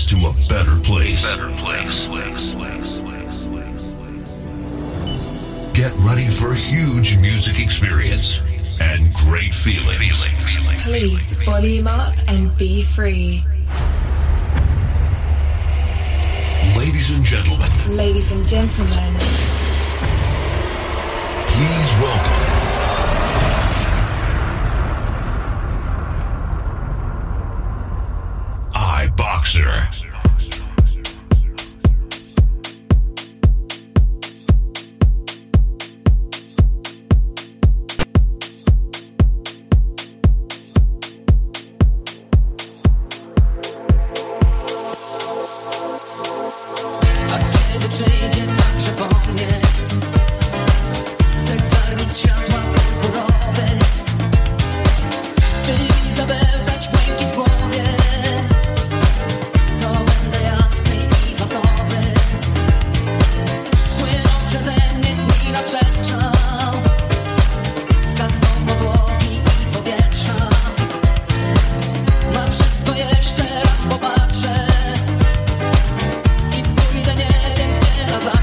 to a better place. Get ready for a huge music experience and great feelings. Please volume up and be free. Ladies and gentlemen. Please welcome iBoxer. Jeszcze raz popatrzę i pójdę nie wiem gdzie na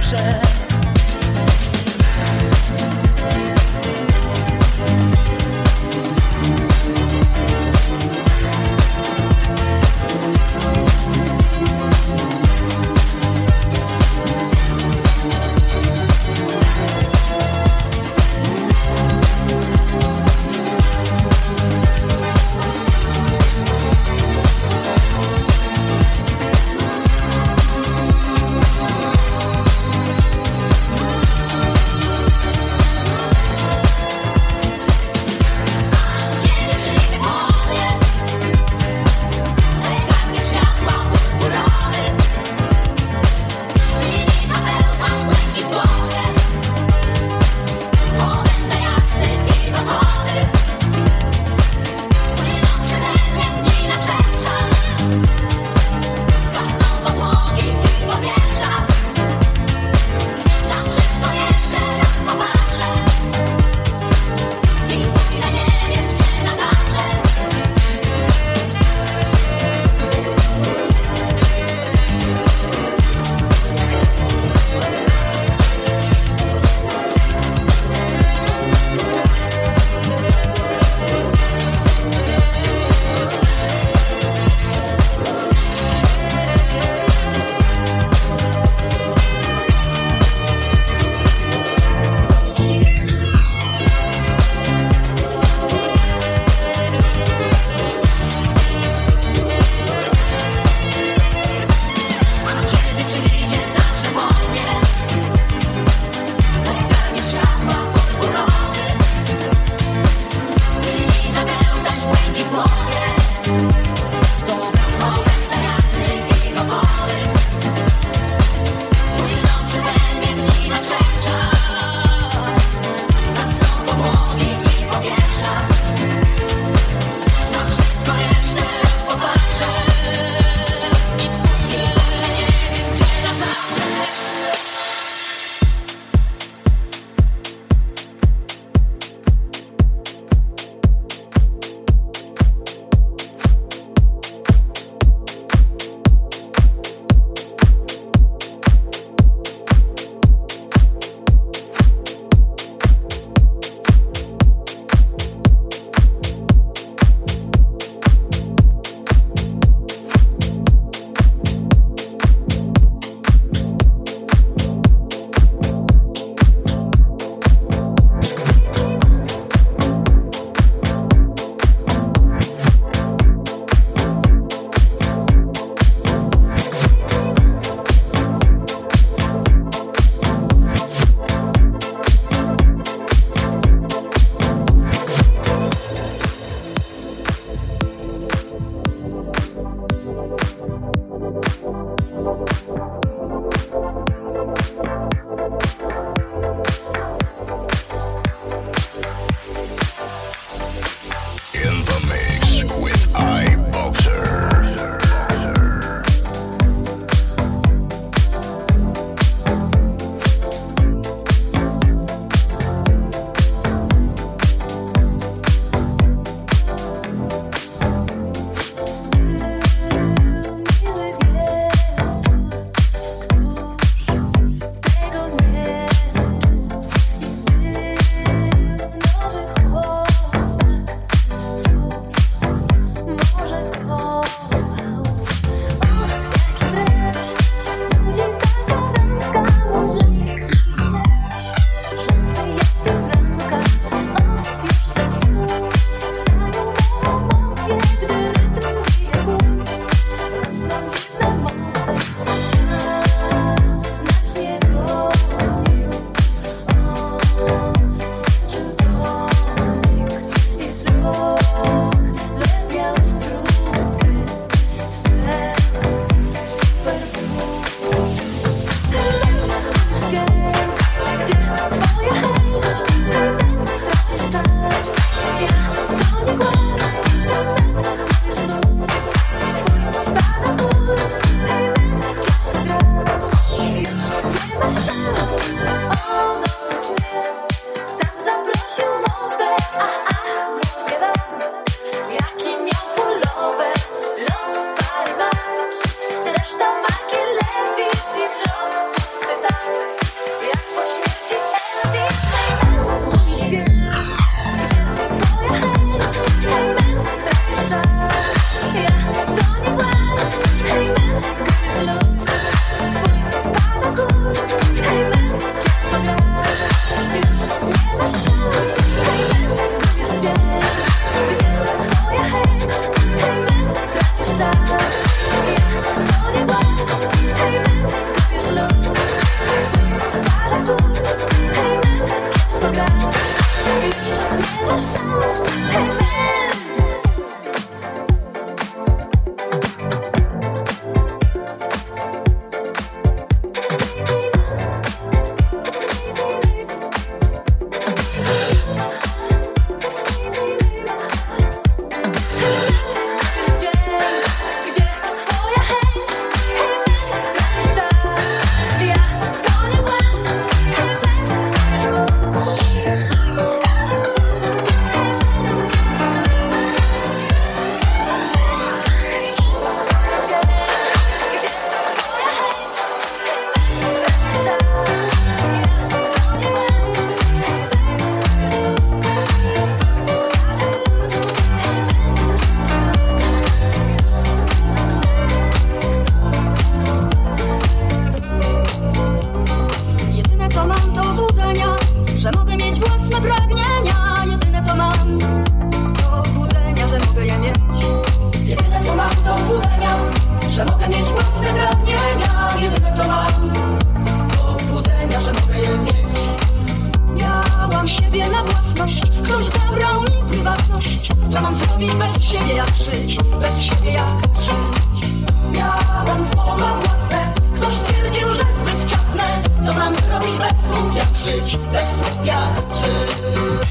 bez słów jak żyć, bez słów jak żyć.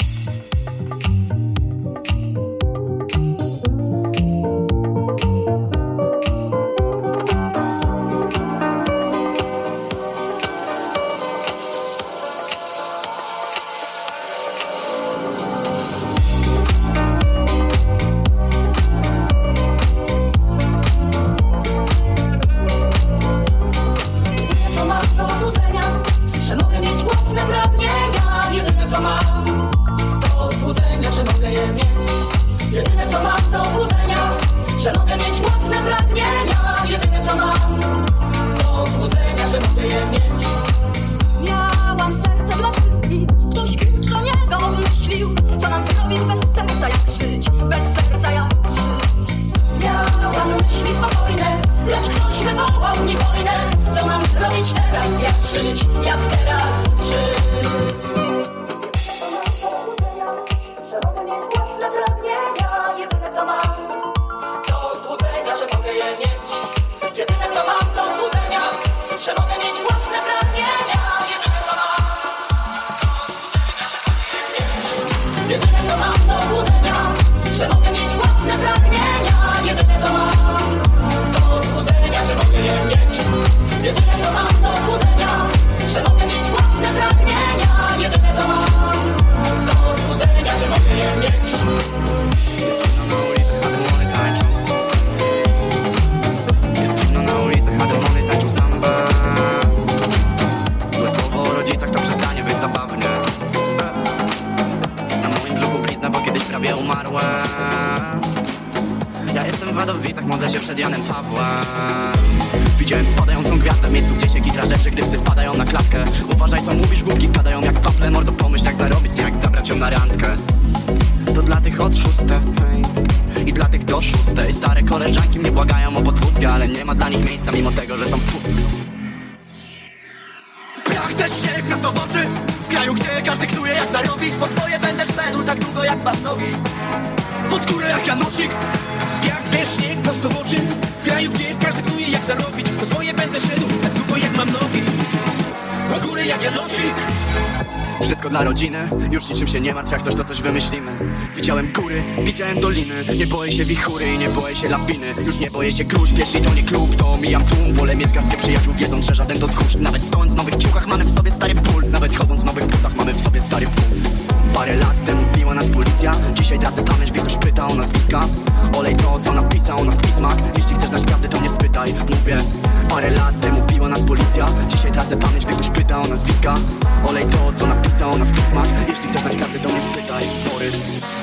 Już niczym się nie martw, jak coś to coś wymyślimy. Widziałem góry, widziałem doliny. Nie boję się wichury i nie boję się lawiny. Już nie boję się gruźb, jeśli to nie klub, to mijam tłum. Wolę mieć garstkę przyjaciół, wiedząc, że żaden to tchórz. Nawet stojąc w nowych ciuchach, mamy w sobie stary ból. Nawet chodząc w nowych butach, mamy w sobie stary ból. Parę lat temu biła nas policja. Dzisiaj tracę pamięć, gdy ktoś pyta o nazwiska. Olej to, co napisał o nas pismak. Jeśli chcesz znać prawdę, to mnie spytaj. Mówię, parę lat temu biła nas policja. Dzisiaj tracę pamięć, gdy ktoś pyta o nazwiska. Olej to, co napisał o nas pismak. Jeśli chcesz znać prawdę, to mnie spytaj. Borys.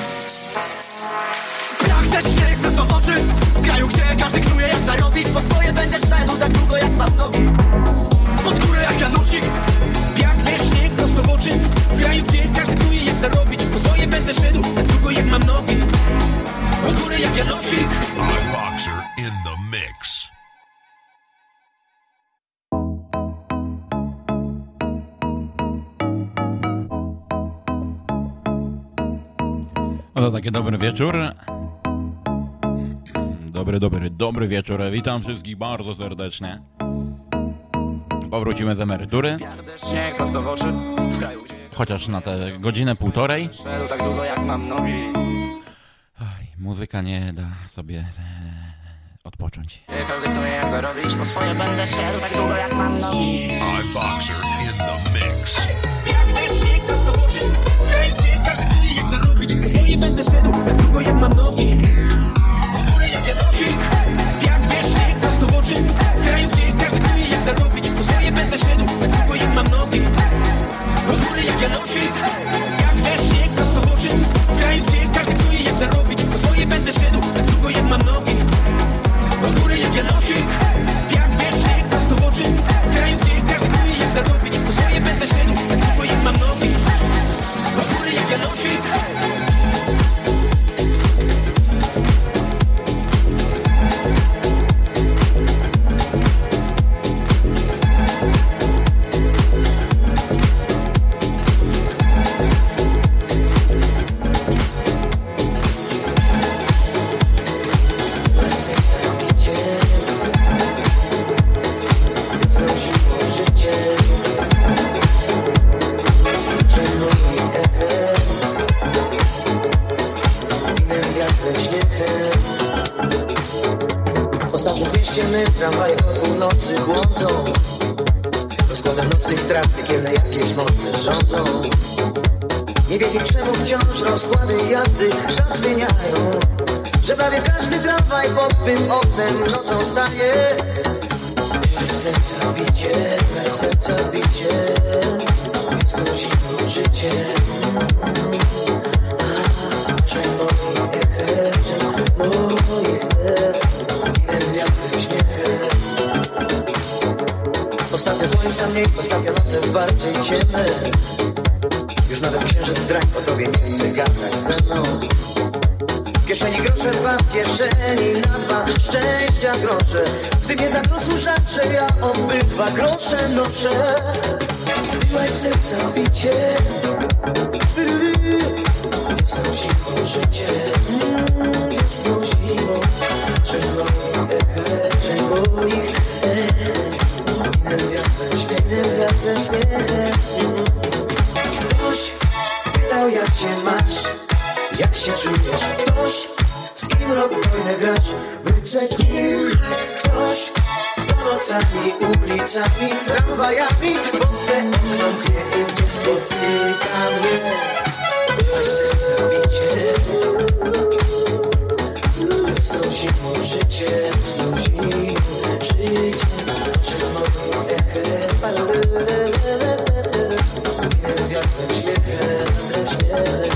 Ja chcę śnieg na to oczy. W kraju, gdzie każdy knuje jak zarobić. Po swoje będę szedł tak długo jak mam nogi. Pod górę jak Janusik. Jak śnieg prosto w oczy. W kraju, gdzie każdy knuje jak zarobić. Po swoje będę szedł tak długo jak mam nogi. Pod górę jak Janusik. Boxer in the mix. No to taki dobry wieczór. Dobry wieczór. Witam wszystkich bardzo serdecznie. Powrócimy z emerytury. Chociaż na tę godzinę, półtorej. Tak długo jak mam nogi. Muzyka nie da sobie odpocząć. Każdy knuje jak zarobić. Po swoje będę szedł tak długo jak mam nogi. Boxer in the mix. Nie będę szedł, tak długo jak mam nogi. Po górę jak Janusik. Jak wiesz, śnieg prosto w oczy. W kraju, gdzie każdy knuje jak zarobić. Po swoje będę szedł, tak długo jak mam nogi. Po górę jak Janusik. Jak wiesz, śnieg prosto w oczy. W kraju, gdzie każdy knuje jak zarobić. Po swoje będę szedł, tak długo jak mam nogi. Po górę jak Janusik. Jak wiesz, śnieg prosto w oczy. we nocnych tras piekielne jakieś moce rządzą. Nie wiedzieć czemu wciąż rozkłady jazdy tak zmieniają, że prawie każdy tramwaj pod twym oknem nocą staje. Serca bicie, znosimy życie. Że moje eche, moich nerw, innym wiatrem śmiechem. Ostatnie słońca mniej, ostatnie noce bardziej ciemne. Już nawet księżyc drań o tobie nie chce gadać ze mną. W kieszeni grosze dwa, w kieszeni na dwa, szczęścia grosze. W tym jednak rozsłyszacze, ja obydwa grosze noszę. Byłaś serca bicie, wiosną zimą życie, wiosną zimą. Że moich eche, że moich innym wiatrem śmiechem. Ktoś pytał jak cię masz, jak się czujesz. Ktoś, z kim rok wojnę grasz. Wyczekuj. Ktoś, kto nocami, ulicami, tramwajami, bo twe okno mknie i nie spotyka mnie. Byłaś serca bicie, znowu zimą życie, znowu zimą życie. Że moje eche, innym wiatrem śmiechem.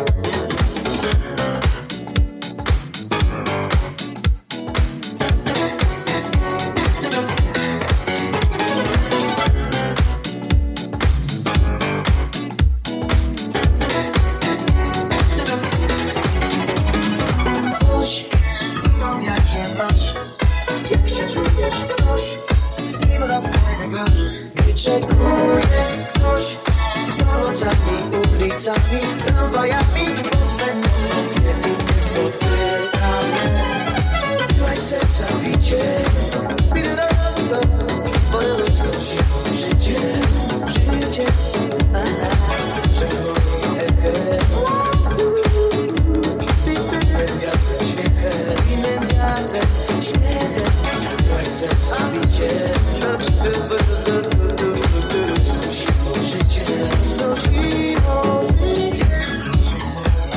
Wyczekuje ktoś, nocami, ulicami, tramwajami, bo twe oknie nie spotyka mnie. Byłaś serca bicie, znowu życie, życie. Że moje eche, innym wiatrem śmiechem, innym wiatrem śmiechem. Byłaś serca bicie, znosimy życie.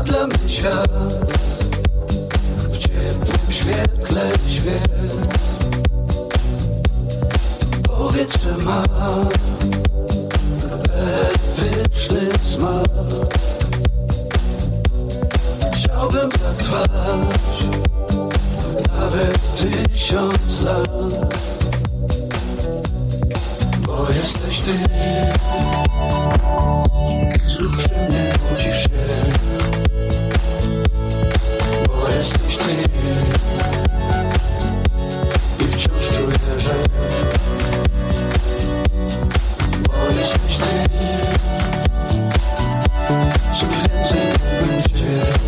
dla mnie świat w ciepłym świetle świec. Powietrze ma elektryczny smak. Chciałbym tak trwać nawet 1000 lat, bo jesteś ty. Znów przy mnie budzisz się, bo jesteś ty. I wciąż czuję, że bo jesteś ty. Cóż więcej mógłbym chcieć,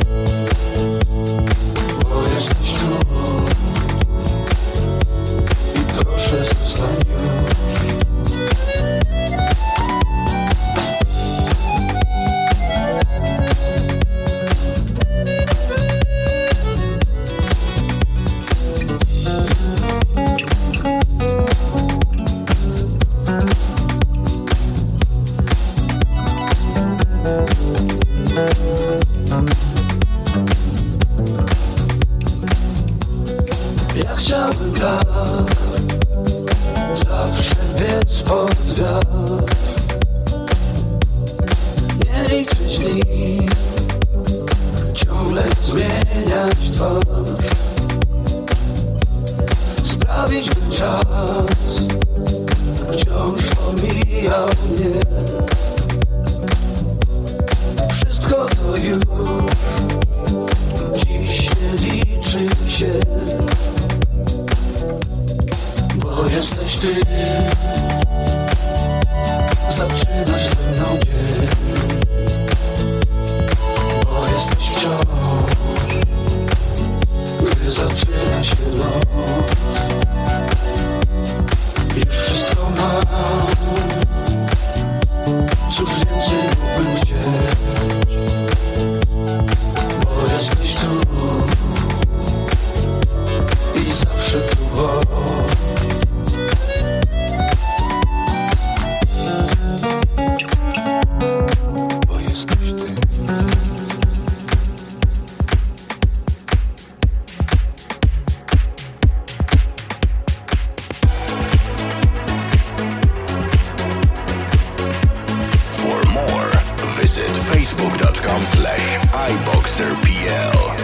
bo jesteś tu. I proszę zostań już. Ja chciałbym tak zawsze biec pod wiatr, nie liczyć dni, ciągle zmieniać twarz, sprawić by czas wciąż omijał mnie. Wszystko to już dziś nie liczy się, bo jesteś ty. Zaczynasz ze mną dzień, bo jesteś wciąż, gdy zaczyna się noc. Już wszystko mam, cóż więcej mógłbym chcieć, bo jesteś tu i zawsze próbował. facebook.com/iboxerpl.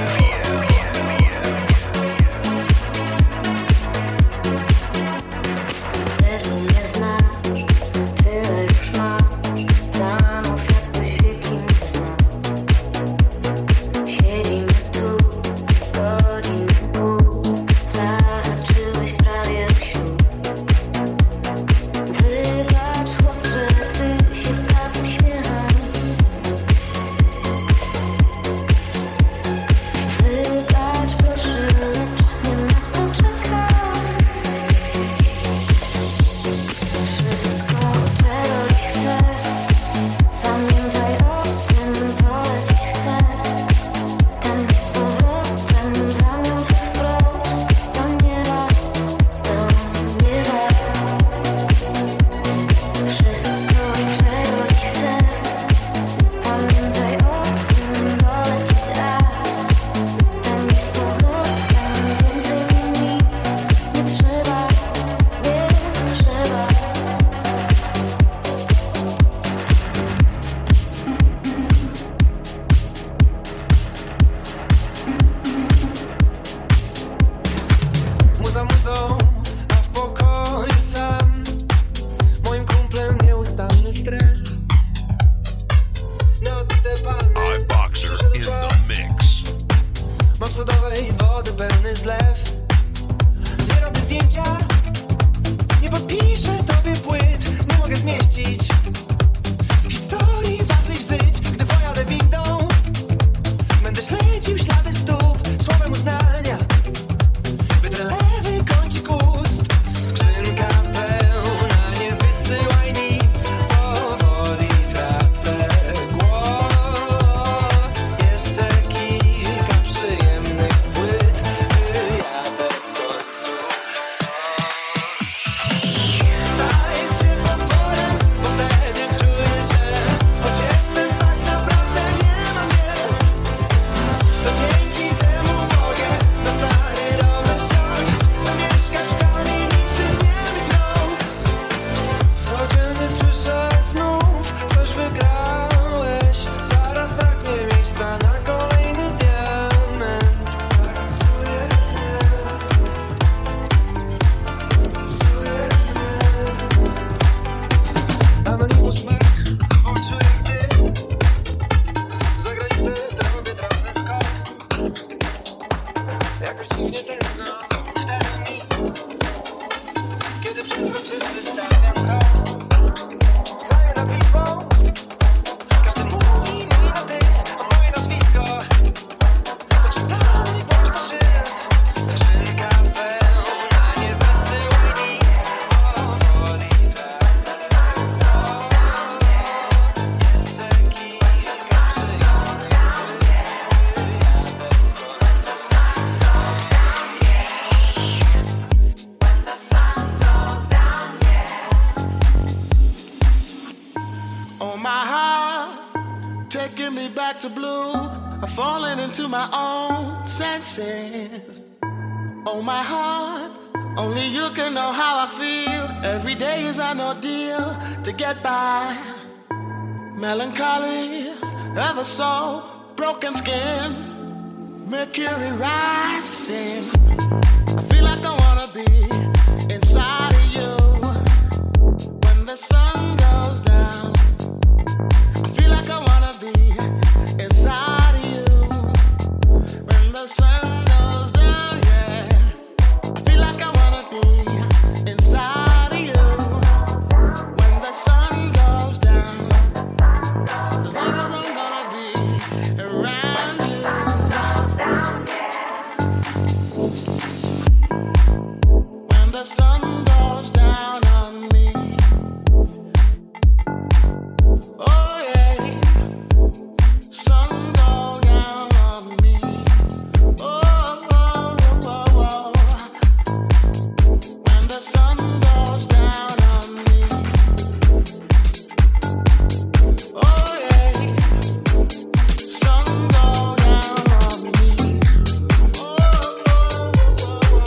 I'm falling into my own senses. Oh, my heart, only you can know how I feel. Every day is an ordeal to get by. Melancholy, ever so broken skin, mercury rising. I feel like I wanna be inside of you when the sun goes down. I feel like I wanna be inside of you when the sun goes down, yeah. I feel like I wanna be inside of you when the sun goes down. As long as I'm gonna be around you. When the sun goes down on me. Oh yeah. Sun go down on me. Oh, oh, oh, oh. When the sun goes down on me. Oh yeah. Sun go down on me. Oh, oh, oh, oh.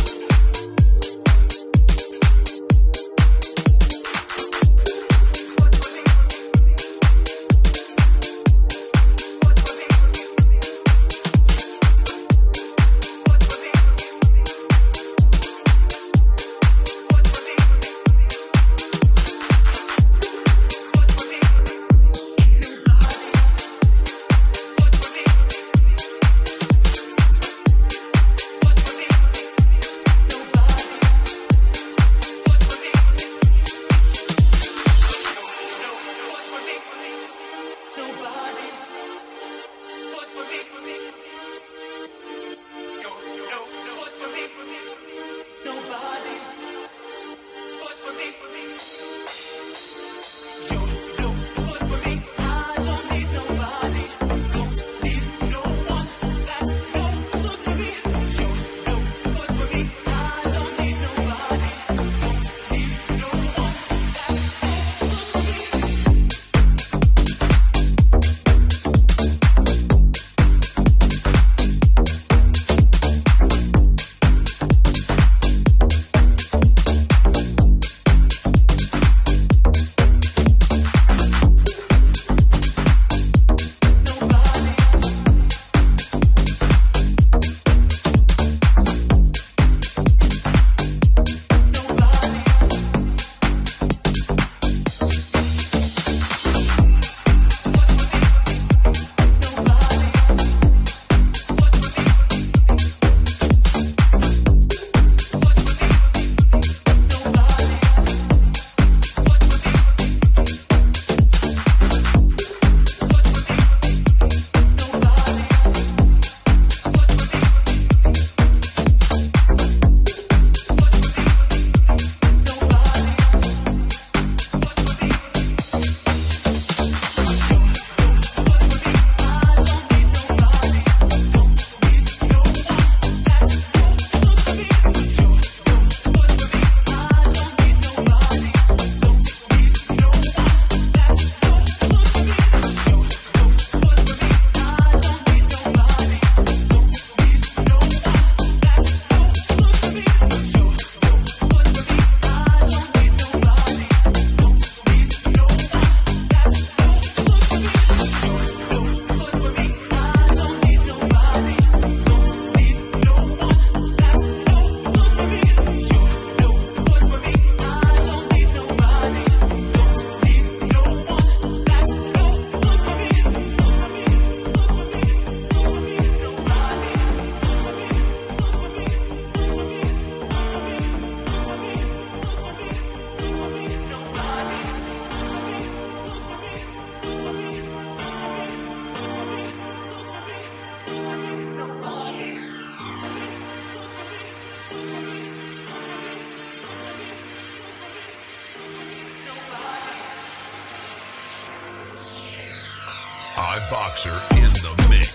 Boxer in the mix.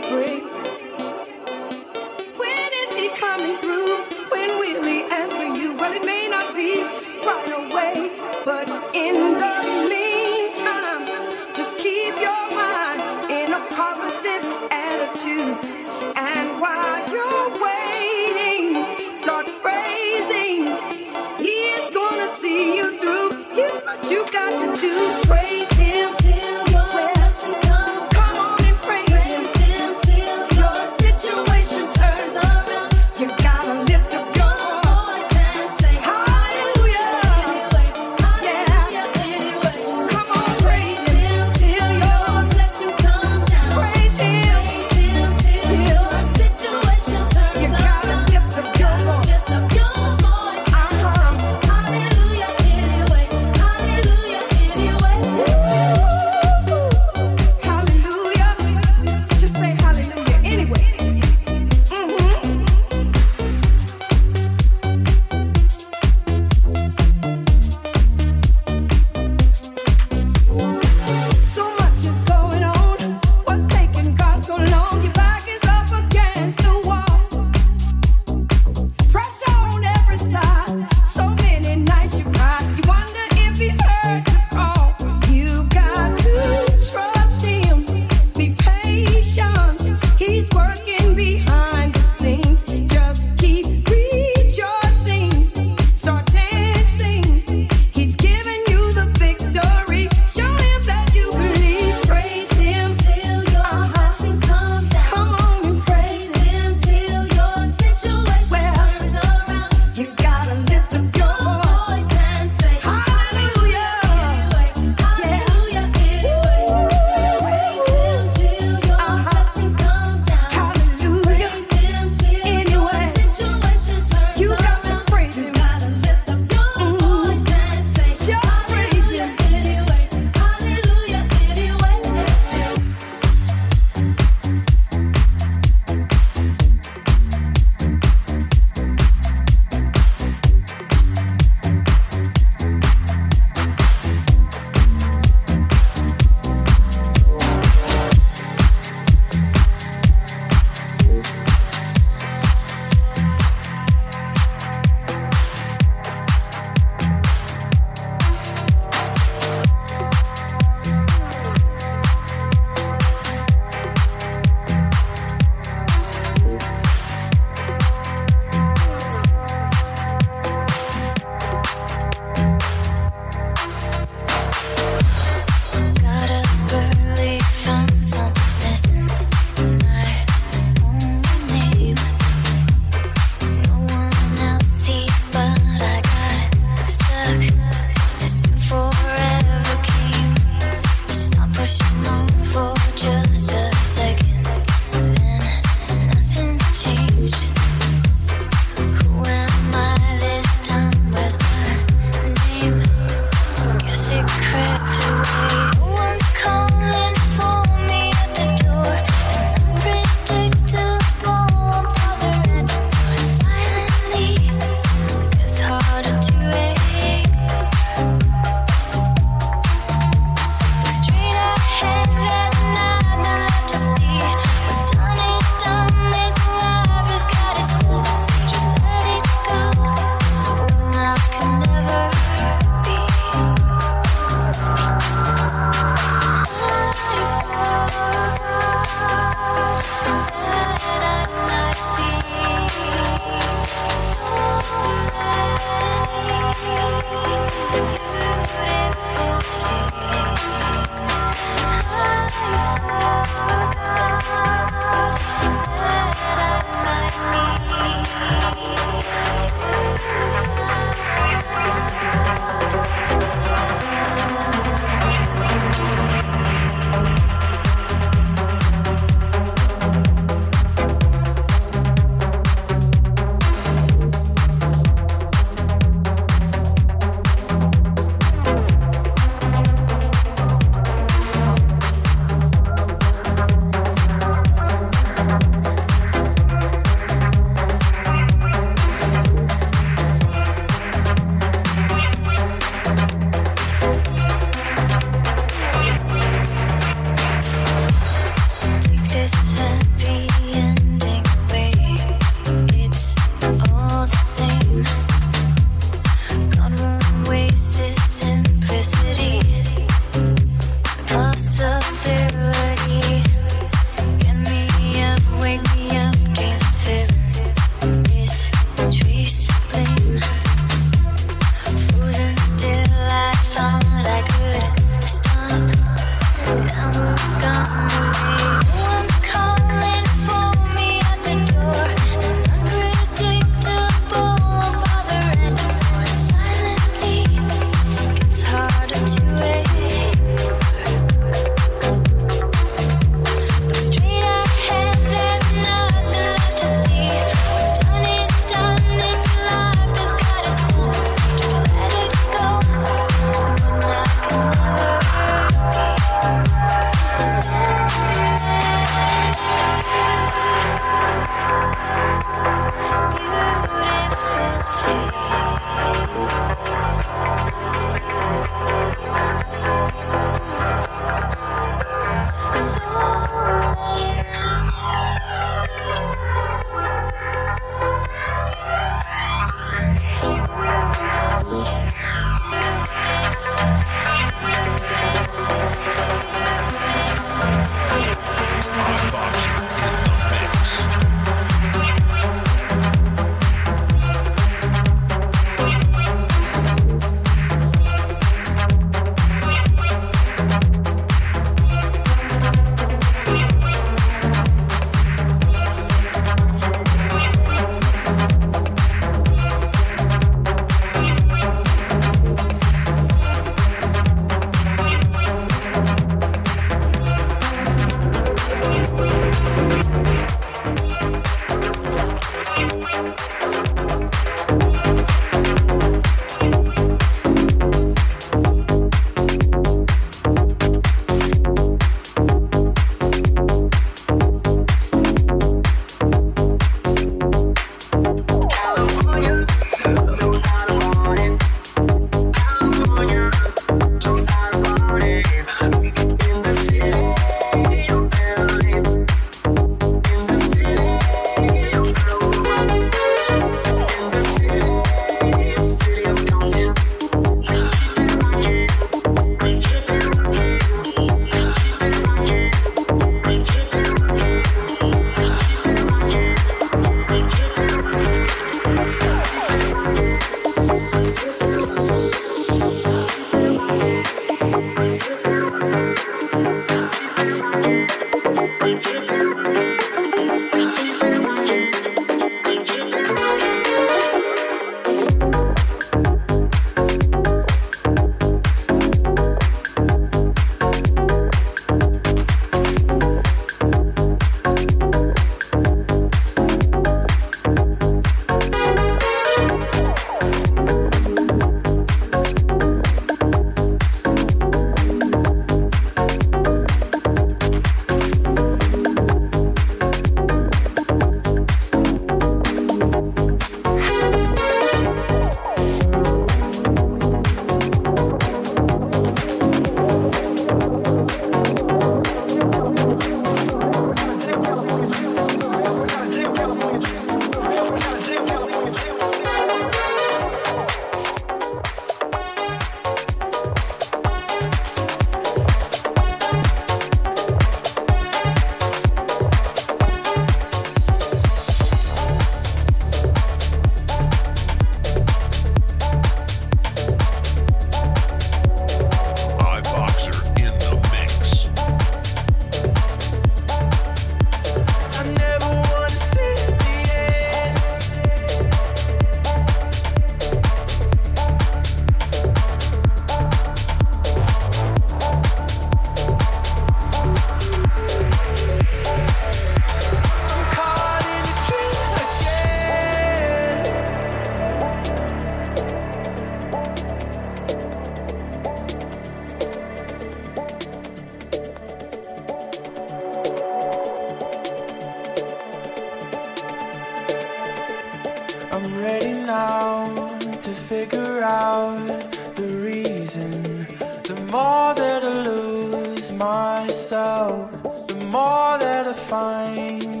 I'm ready now to figure out the reason. The more that I lose myself, the more that I find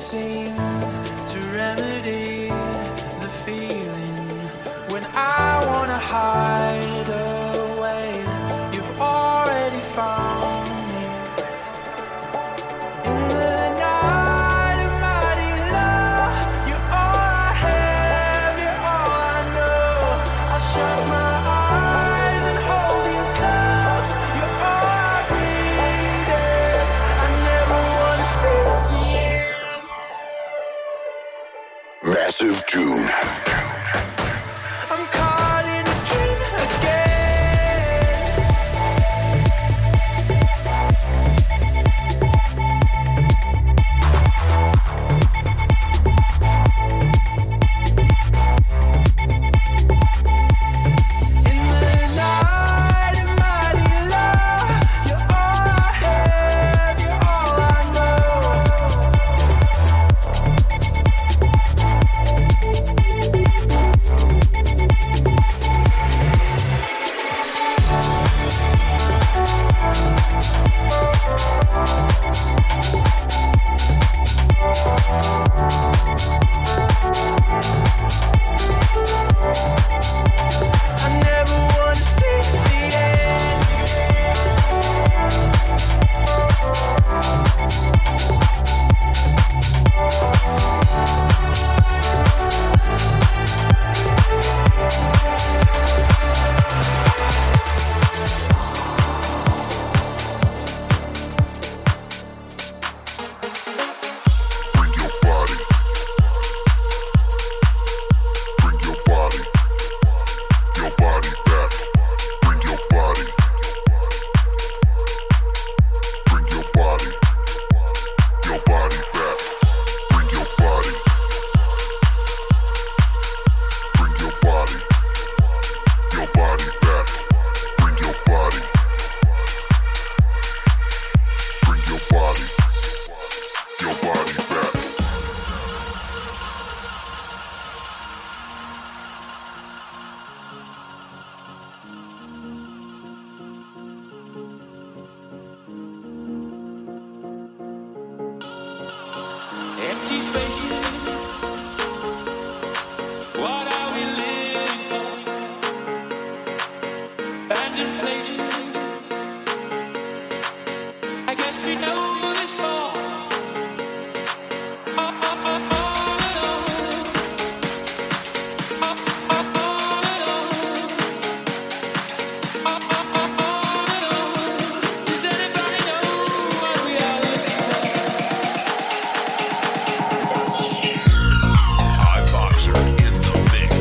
seem to remedy the feeling when I wanna hide away. You've already found me in the night of mighty love. You're all I have, you're all I know. I'll shut my eyes and hold you close. You're all I needed. I never wanna see the end. Massive June. I'm caught in a dream again. In the night of mighty love, you're all I have, you're all I know. I never wanna see the end. Bring your body. Bring your body. Your body back. Bring your body. Bring your body. Your body back. Bring your body. Bring your body. Your body back. Bring your body. Bring your body. Your body back. Empty spaces. What are we living for? Abandoned places. I guess we know this all. All alone. All alone. Does anybody know what we are looking for? iBoxer in the mix.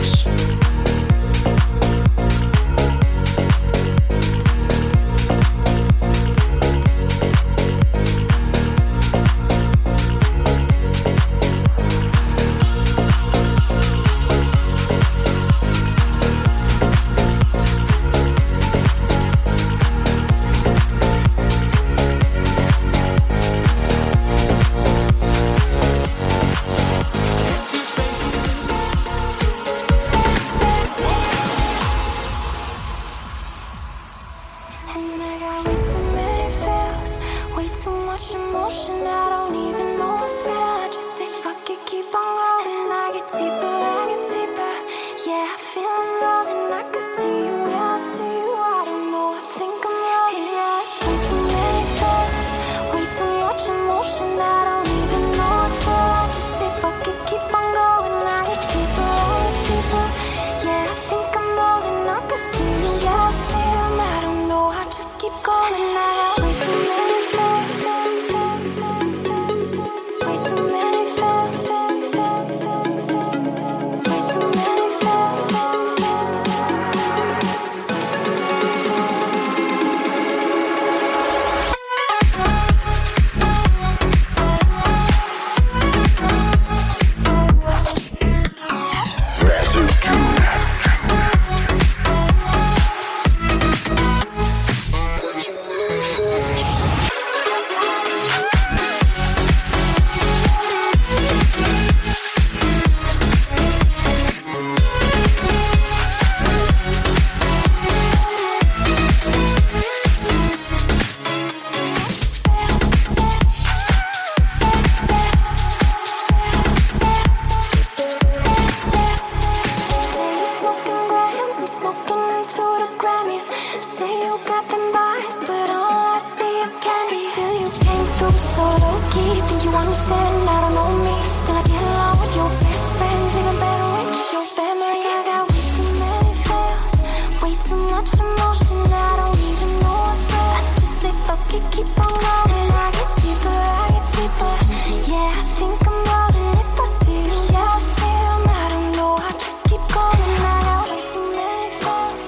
understand, I don't know me. Still I get along with your best friends, even better with your family. I got way too many feels, way too much emotion. I don't even know what's real. I just say fuck it, keep on going. I get deeper, yeah, I think I'm all in it for you. Yeah, I say I don't know, I just keep going. I got way too many feels,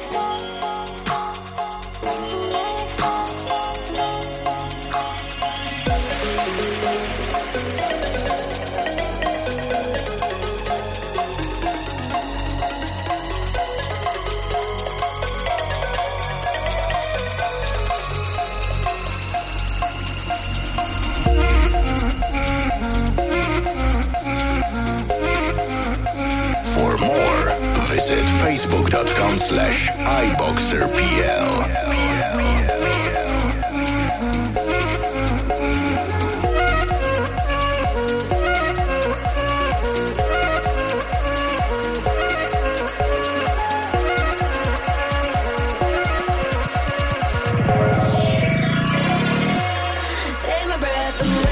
way too many feels. For more, visit facebook.com/iboxerpl. Take my breath away.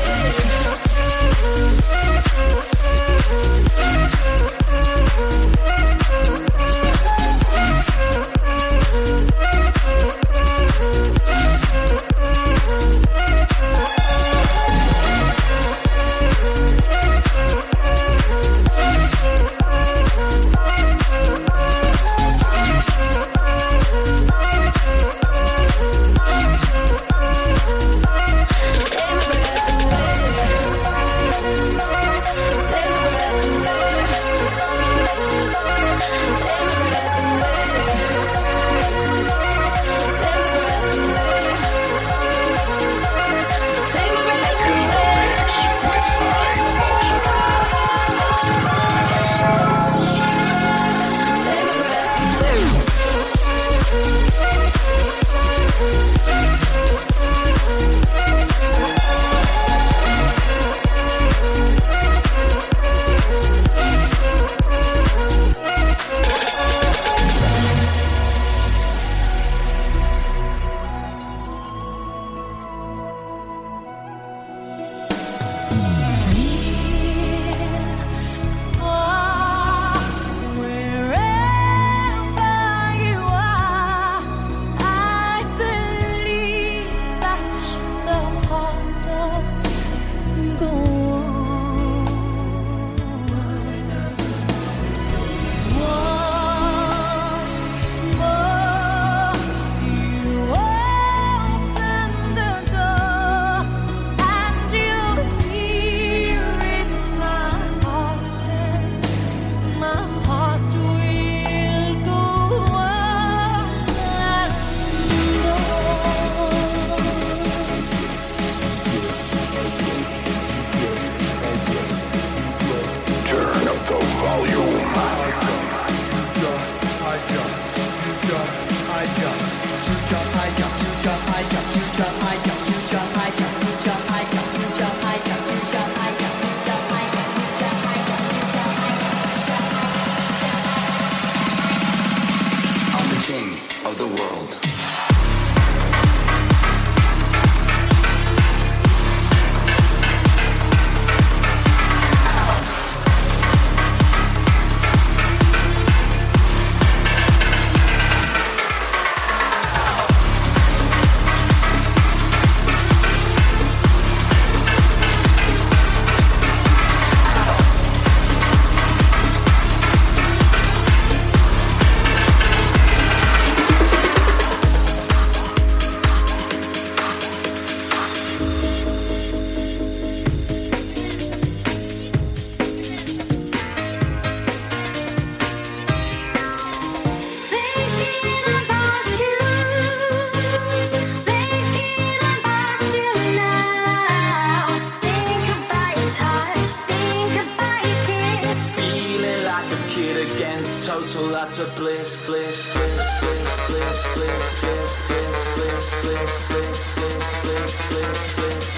total lots of bliss, bliss, bliss, bliss, bliss, bliss, bliss, bliss, bliss, bliss, bliss, bliss, bliss,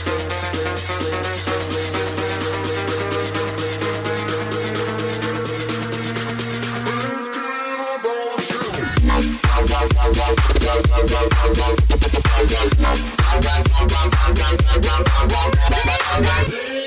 bliss, bliss, bliss.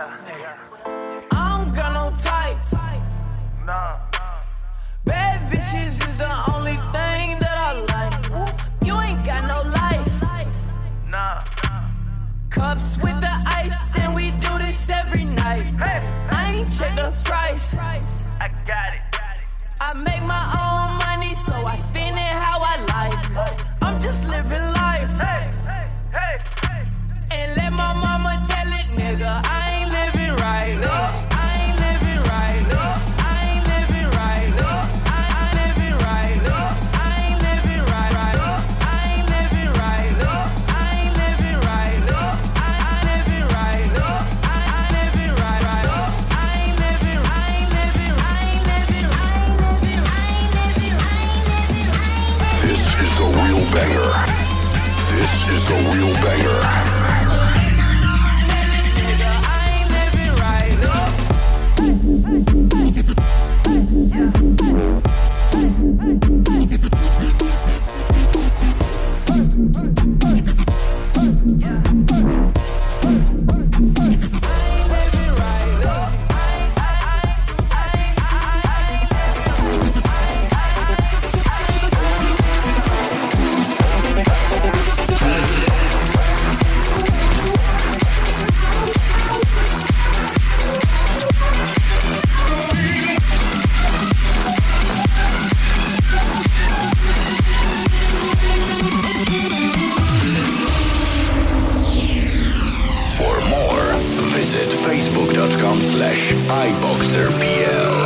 I don't got no type. Bad bitches is the only thing that I like. You ain't got no life. Cups with the ice, and we do this every night. I ain't check the price. I got it. I make my own money, so I spend it how I like. I'm just living life. And let my mama tell it, nigga, I ain't living right. I ain't living right. I ain't living right. I ain't living right. I ain't living right. I ain't living right. I ain't living right. I ain't living right. I ain't living right. I ain't living. I ain't living. I ain't living. This is the real banger. This is the real banger. Facebook.com/iBoxerPL.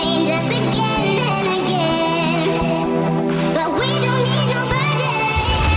But we don't need nobody.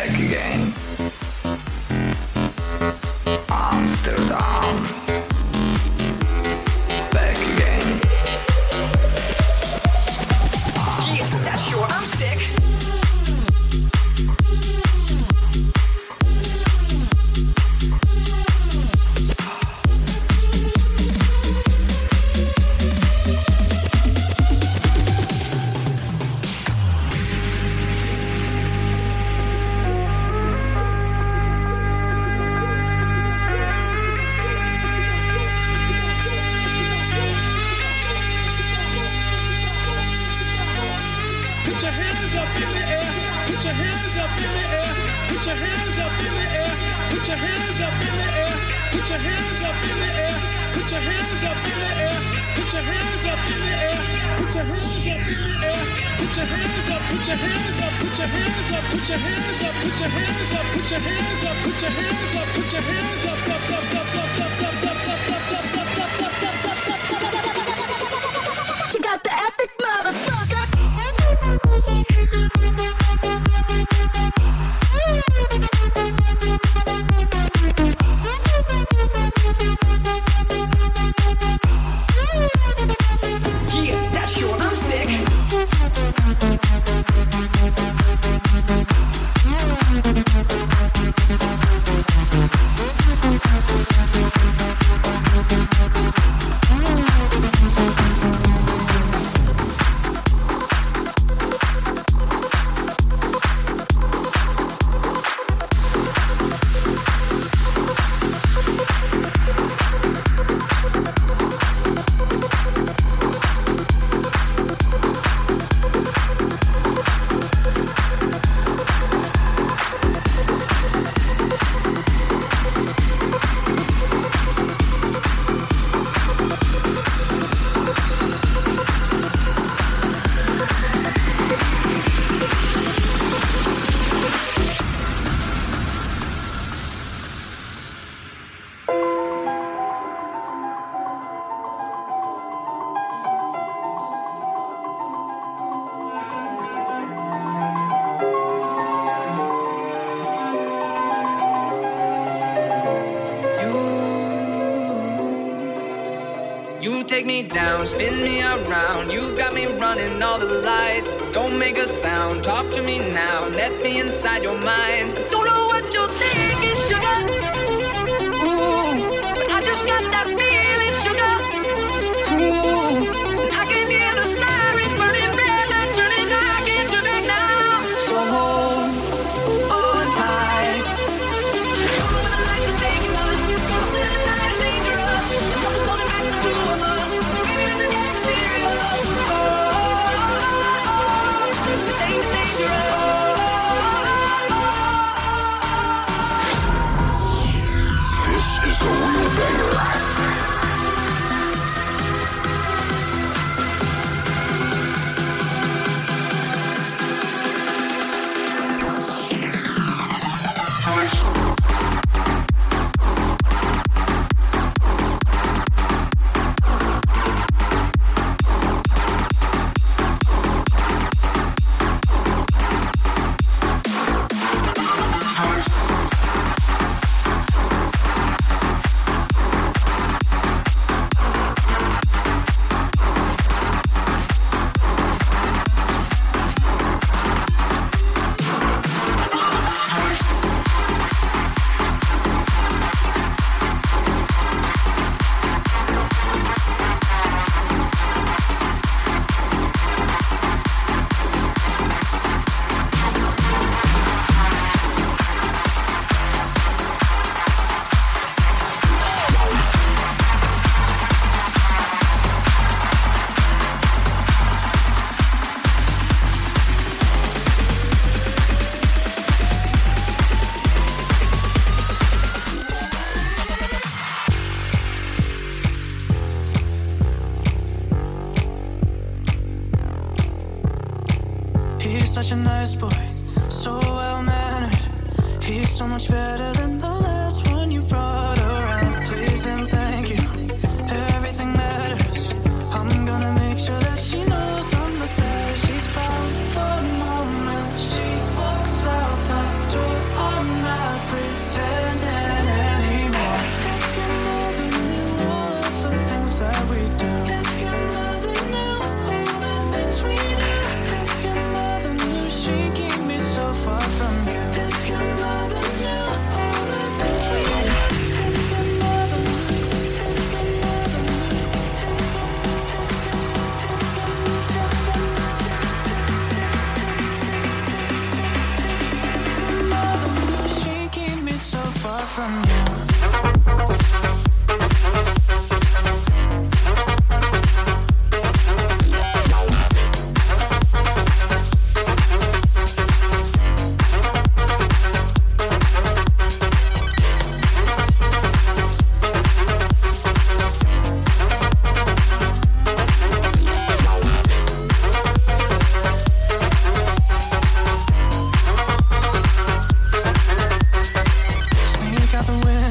back again. Amsterdam, back again. Yeah, that's sure I'm sick. Put your hands up in the air. Put your hands up in the air. Put your hands up in the air. Put your hands up in the air. Put your hands up in the air. Put your hands up in the air. Put your hands up in the air. Put your hands up in the air. Put your hands up. Put your hands up. Put your hands up. Put your hands up. Put your hands up. Put your hands up. Put your hands up. Put your hands up. Up, up, up, up, up, up, up, up, up, up, up, up, up, up. You got the epic motherfucker. Yeah, that's sure I'm sick. You take me down, spin me around. You got me running all the lights. Don't make a sound, talk to me now. Let me inside your mind. Don't know what you're thinking, sugar. Ooh, but I just got that feeling, sugar. Ooh, I can hear the sirens burning red lights turning dark into back now. So hold on tight. All the lights are taking us. All the night is dangerous. Nothing's holding back the two of us. Maybe we should get serious. Oh, the thing is dangerous. This is the real banger. He's such a nice boy, so well-mannered. He's so much better than the last one you brought around. Please and thank you, everything matters. I'm gonna make sure that she knows I'm the best. She's found for the moment. She walks out that door. I'm not pretending anymore. If your mother knew all of the things that we do. If your mother knew all the things we do. If your mother knew she'd keep me so far from you. If your mother knew all the things we do. If your mother knew, if your mother knew, if your mother knew she'd keep me so far from you. Sneak out the window.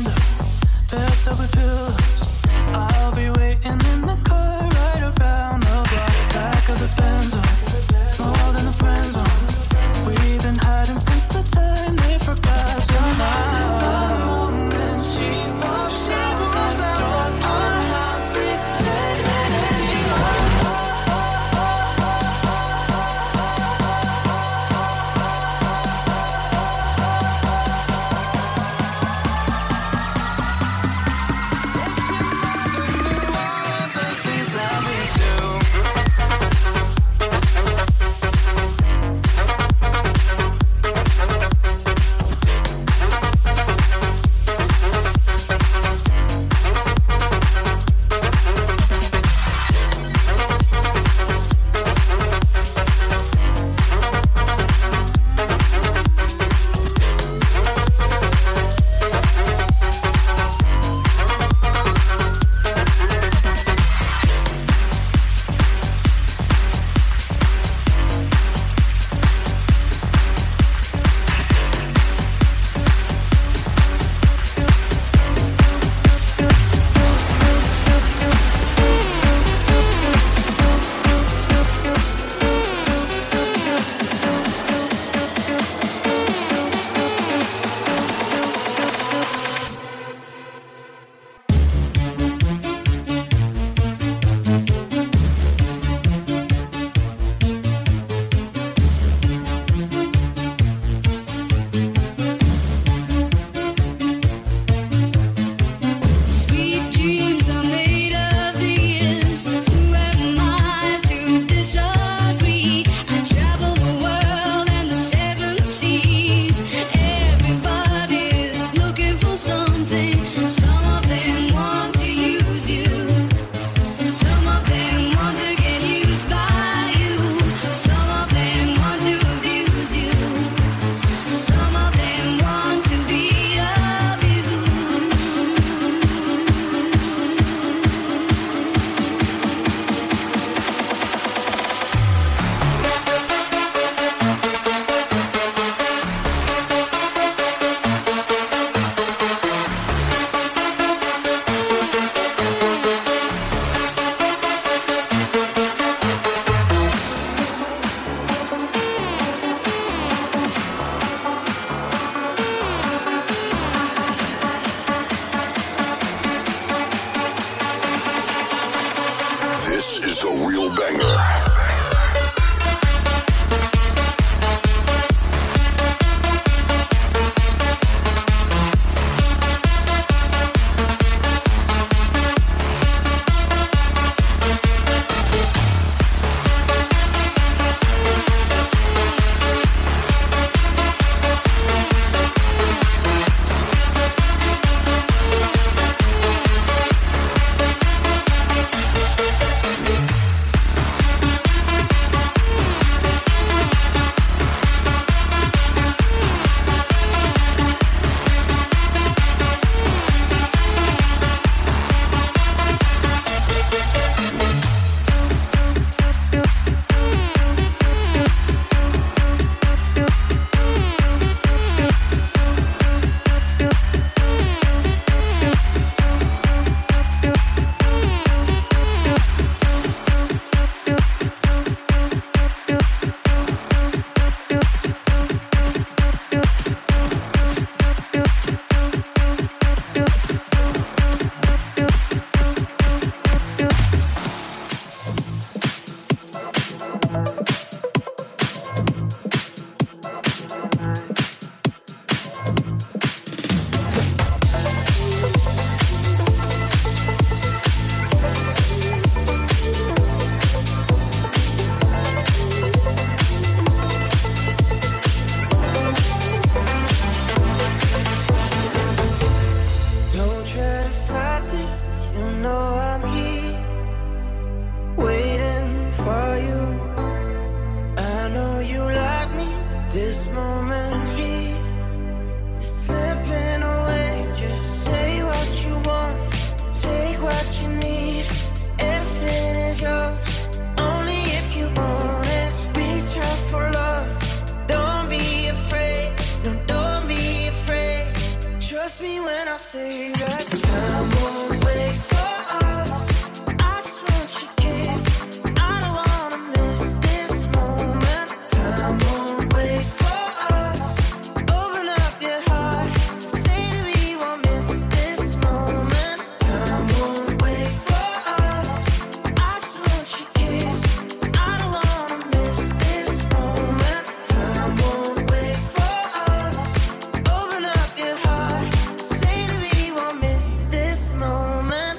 when I say that time won't wait for us. I just want your kiss. I don't wanna miss this moment. Time won't wait for us. Open up your heart. Say that we won't miss this moment. Time won't wait for us. I just want your kiss. I don't wanna miss this moment. Time won't wait for us. Open up your heart. Say that we won't miss this moment.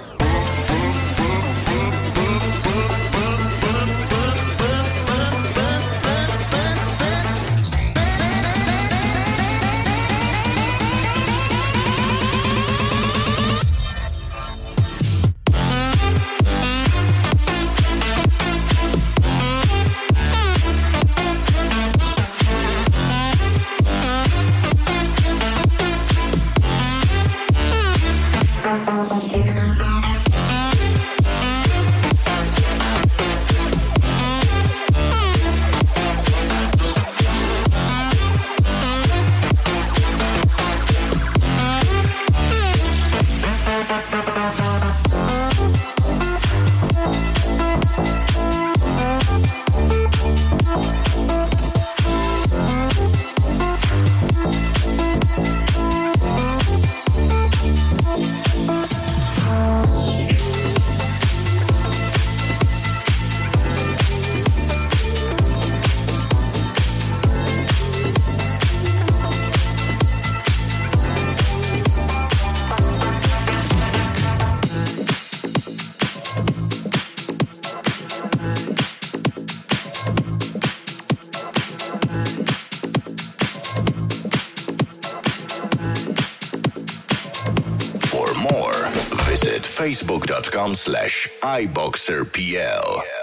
For more, visit facebook.com/iBoxerPL.